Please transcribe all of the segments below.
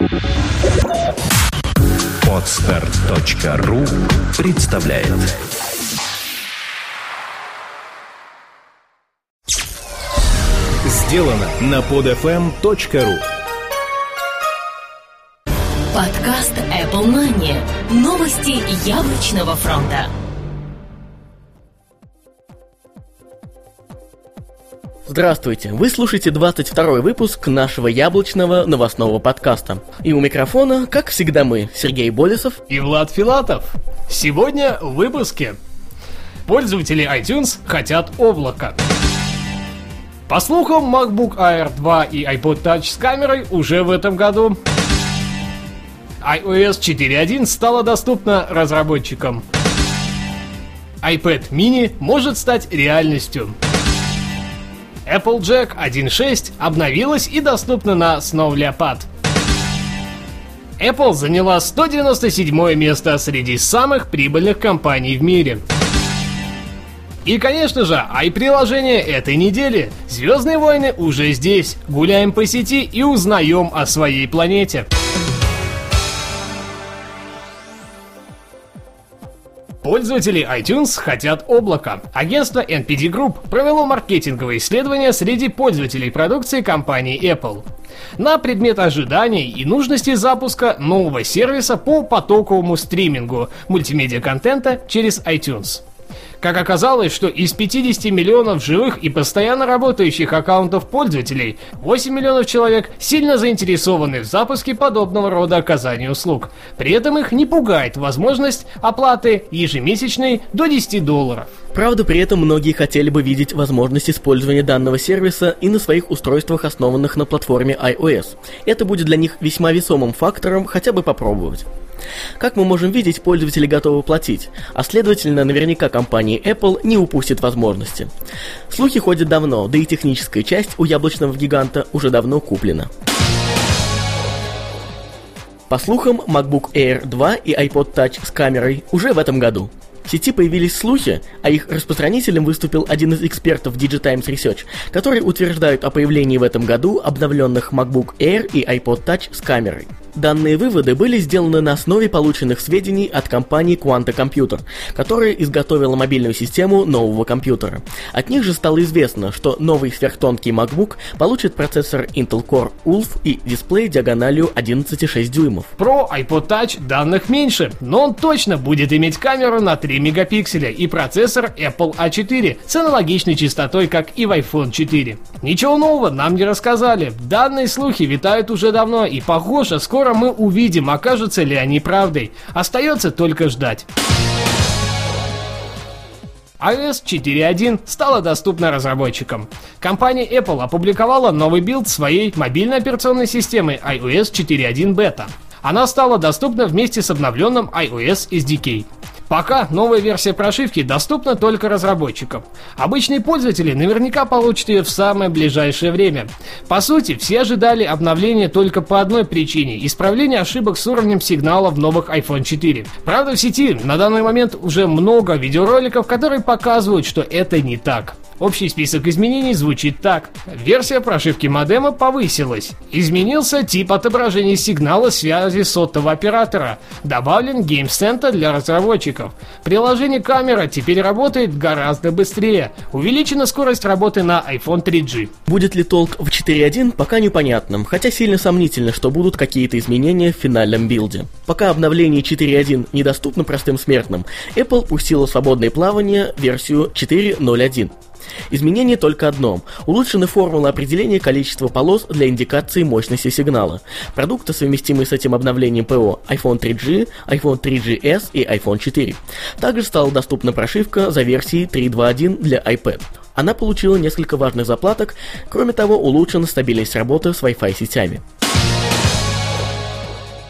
Podster.ru представляет. Сделано на podfm.ru. Подкаст Apple Money. Новости яблочного фронта. Здравствуйте! Вы слушаете 22-й выпуск нашего яблочного новостного подкаста. И у микрофона, как всегда, мы, Сергей Болесов и Влад Филатов. Сегодня в выпуске. Пользователи iTunes хотят облако. По слухам, MacBook Air 2 и iPod Touch с камерой уже в этом году. iOS 4.1 стала доступна разработчикам. iPad mini может стать реальностью. Applejack 1.6 обновилась и доступна на Snow Leopard. Apple заняла 197 место среди самых прибыльных компаний в мире. И, конечно же, i-приложение этой недели. Звездные войны уже здесь. Гуляем по сети и узнаем о своей планете. Пользователи iTunes хотят облака. Агентство NPD Group провело маркетинговое исследование среди пользователей продукции компании Apple на предмет ожиданий и нужности запуска нового сервиса по потоковому стримингу мультимедиа-контента через iTunes. Как оказалось, что из 50 миллионов живых и постоянно работающих аккаунтов пользователей, 8 миллионов человек сильно заинтересованы в запуске подобного рода оказания услуг. При этом их не пугает возможность оплаты ежемесячной до $10. Правда, при этом многие хотели бы видеть возможность использования данного сервиса и на своих устройствах, основанных на платформе iOS. Это будет для них весьма весомым фактором хотя бы попробовать. Как мы можем видеть, пользователи готовы платить, а следовательно, наверняка компания Apple не упустит возможности. Слухи ходят давно, да и техническая часть у яблочного гиганта уже давно куплена. По слухам, MacBook Air 2 и iPod Touch с камерой уже в этом году. В сети появились слухи, а их распространителем выступил один из экспертов Digitimes Research, которые утверждают о появлении в этом году обновленных MacBook Air и iPod Touch с камерой. Данные выводы были сделаны на основе полученных сведений от компании Quanta Computer, которая изготовила мобильную систему нового компьютера. От них же стало известно, что новый сверхтонкий MacBook получит процессор Intel Core Ulf и дисплей диагональю 11,6 дюймов. Про iPod Touch данных меньше, но он точно будет иметь камеру на 3 мегапикселя и процессор Apple A4 с аналогичной частотой, как и в iPhone 4. Ничего нового нам не рассказали. Данные слухи витают уже давно, и похоже, скоро мы увидим, окажутся ли они правдой. Остается только ждать. iOS 4.1 стала доступна разработчикам. Компания Apple опубликовала новый билд своей мобильной операционной системы iOS 4.1 Beta. Она стала доступна вместе с обновленным iOS SDK. Пока новая версия прошивки доступна только разработчикам. Обычные пользователи наверняка получат ее в самое ближайшее время. По сути, все ожидали обновления только по одной причине – исправления ошибок с уровнем сигнала в новых iPhone 4. Правда, в сети на данный момент уже много видеороликов, которые показывают, что это не так. Общий список изменений звучит так. Версия прошивки модема повысилась. Изменился тип отображения сигнала связи сотового оператора. Добавлен Game Center для разработчиков. Приложение камера теперь работает гораздо быстрее. Увеличена скорость работы на iPhone 3G. Будет ли толк в 4.1, пока непонятно, хотя сильно сомнительно, что будут какие-то изменения в финальном билде. Пока обновление 4.1 недоступно простым смертным, Apple пустила в свободное плавание версию 4.0.1. Изменение только одно. Улучшены формулы определения количества полос для индикации мощности сигнала. Продукты, совместимые с этим обновлением ПО iPhone 3G, iPhone 3GS и iPhone 4. Также стала доступна прошивка за версией 3.2.1 для iPad. Она получила несколько важных заплаток, кроме того, улучшена стабильность работы с Wi-Fi сетями.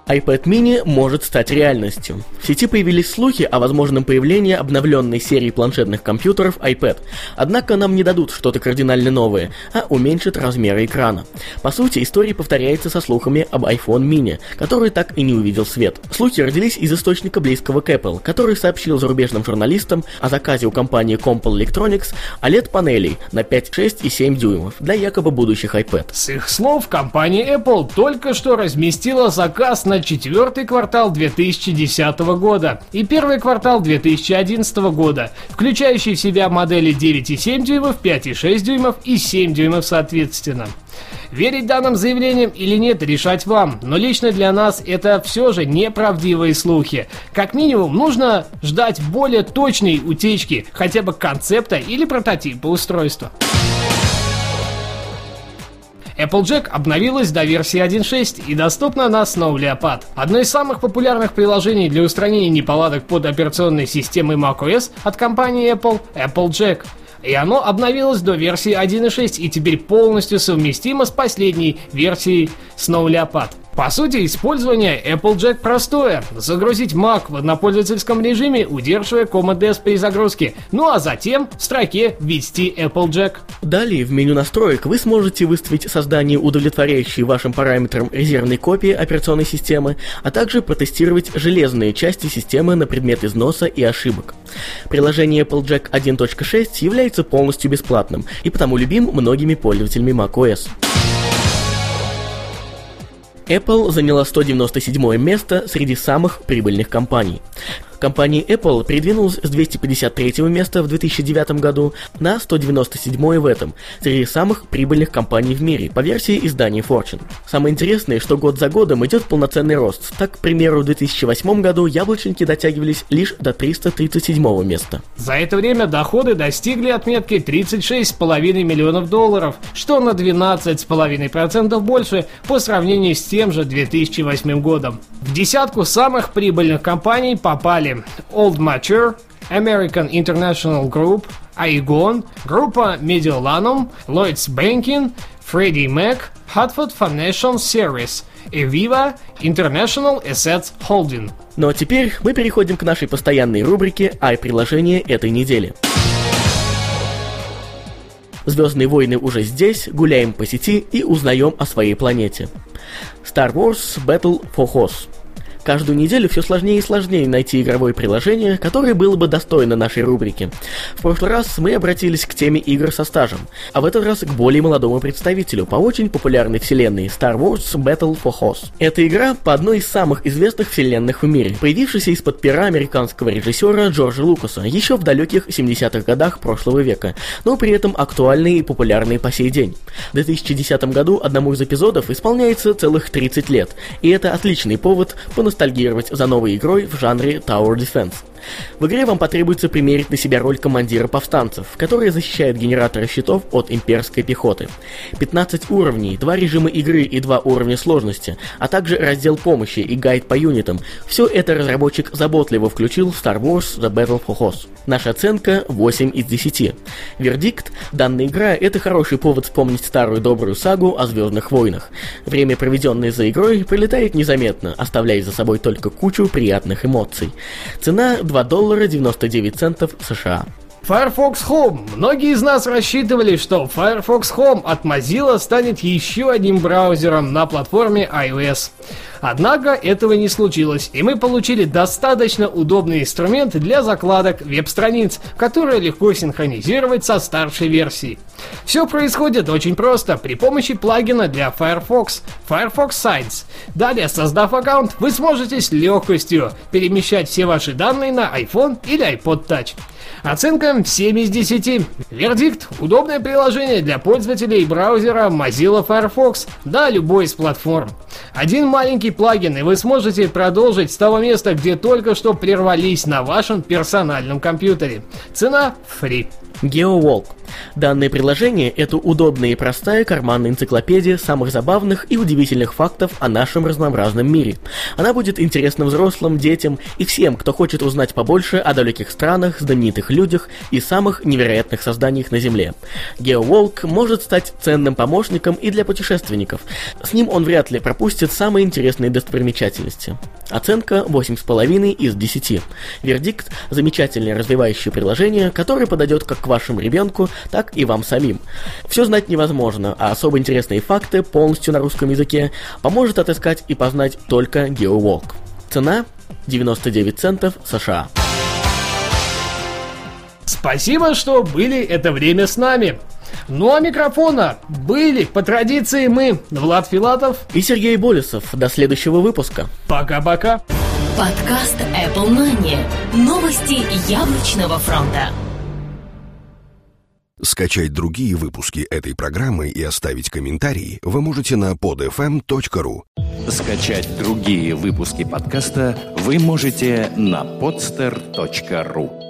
iPad mini может стать реальностью. В сети появились слухи о возможном появлении обновленной серии планшетных компьютеров iPad. Однако нам не дадут что-то кардинально новое, а уменьшат размеры экрана. По сути, история повторяется со слухами об iPhone mini, который так и не увидел свет. Слухи родились из источника близкого к Apple, который сообщил зарубежным журналистам о заказе у компании Compal Electronics OLED-панелей на 5, 6 и 7 дюймов для якобы будущих iPad. С их слов, компания Apple только что разместила заказ на 4-й квартал 2010 года и 1-й квартал 2011 года, включающий в себя модели 9,7 дюймов, 5,6 дюймов и 7 дюймов соответственно. Верить данным заявлениям или нет, решать вам, но лично для нас это все же неправдивые слухи. Как минимум, нужно ждать более точной утечки, хотя бы концепта или прототипа устройства. Applejack обновилась до версии 1.6 и доступна на Snow Leopard. Одно из самых популярных приложений для устранения неполадок под операционной системой macOS от компании Apple – Applejack. И оно обновилось до версии 1.6 и теперь полностью совместимо с последней версией Snow Leopard. По сути, использование Applejack простое. Загрузить Mac в однопользовательском режиме, удерживая Command-S при загрузке. Ну а затем в строке ввести Applejack. Далее в меню настроек вы сможете выставить создание удовлетворяющей вашим параметрам резервной копии операционной системы, а также протестировать железные части системы на предмет износа и ошибок. Приложение Applejack 1.6 является полностью бесплатным и потому любим многими пользователями macOS. Apple заняла 197 место среди самых прибыльных компаний. Компания Apple передвинулась с 253 места в 2009 году на 197 в этом, среди самых прибыльных компаний в мире, по версии издания Fortune. Самое интересное, что год за годом идет полноценный рост. Так, к примеру, в 2008 году яблочники дотягивались лишь до 337 места. За это время доходы достигли отметки $36,5 миллионов, что на 12,5% больше по сравнению с тем же 2008 годом. В десятку самых прибыльных компаний попали Old Mature, American International Group, Aegon, группа Mediolanum, Lloyds Banking, Freddie Mac, Hartford Financial Service, Aviva, International Assets Holding. Ну а теперь мы переходим к нашей постоянной рубрике «Ай-приложение этой недели». Звездные войны уже здесь, гуляем по сети и узнаем о своей планете. Star Wars Battle for Hoth. Каждую неделю все сложнее и сложнее найти игровое приложение, которое было бы достойно нашей рубрики. В прошлый раз мы обратились к теме игр со стажем, а в этот раз к более молодому представителю по очень популярной вселенной Star Wars Battle for Hoth. Эта игра по одной из самых известных вселенных в мире, появившаяся из-под пера американского режиссера Джорджа Лукаса еще в далеких 70-х годах прошлого века, но при этом актуальные и популярные по сей день. В 2010 году одному из эпизодов исполняется целых 30 лет, и это отличный повод поностальгировать за новой игрой в жанре Tower Defense. В игре вам потребуется примерить на себя роль командира повстанцев, которые защищают генераторы щитов от имперской пехоты. 15 уровней, 2 режима игры и 2 уровня сложности, а также раздел помощи и гайд по юнитам. Все это разработчик заботливо включил в Star Wars The Battle for Hoth. Наша оценка 8 из 10. Вердикт: данная игра — это хороший повод вспомнить старую добрую сагу о Звездных войнах. Время, проведенное за игрой, пролетает незаметно, оставляя за собой только кучу приятных эмоций. Цена $2.99 США. Firefox Home. Многие из нас рассчитывали, что Firefox Home от Mozilla станет еще одним браузером на платформе iOS. Однако этого не случилось, и мы получили достаточно удобный инструмент для закладок веб-страниц, которые легко синхронизировать со старшей версией. Все происходит очень просто при помощи плагина для Firefox Signs. Далее, создав аккаунт, вы сможете с легкостью перемещать все ваши данные на iPhone или iPod Touch. Оценка 7 из 10. Вердикт: удобное приложение для пользователей браузера Mozilla Firefox на любой из платформ. Один маленький плагин, и вы сможете продолжить с того места, где только что прервались на вашем персональном компьютере. Цена free. GeoWalk. Данное приложение – это удобная и простая карманная энциклопедия самых забавных и удивительных фактов о нашем разнообразном мире. Она будет интересна взрослым, детям и всем, кто хочет узнать побольше о далеких странах, знаменитых людях и самых невероятных созданиях на Земле. GeoWalk может стать ценным помощником и для путешественников. С ним он вряд ли пропустит самые интересные достопримечательности. Оценка 8,5 из 10. Вердикт – замечательное развивающее приложение, которое подойдет как к вашему ребенку, так и вам самим. Все знать невозможно, а особо интересные факты полностью на русском языке поможет отыскать и познать только GeoWalk. Цена – 99 центов США. Спасибо, что были это время с нами. Ну а микрофона были, по традиции, мы, Влад Филатов и Сергей Болесов. До следующего выпуска. Пока-пока. Подкаст Apple Money. Новости яблочного фронта. Скачать другие выпуски этой программы и оставить комментарии вы можете на podfm.ru. Скачать другие выпуски подкаста вы можете на podster.ru.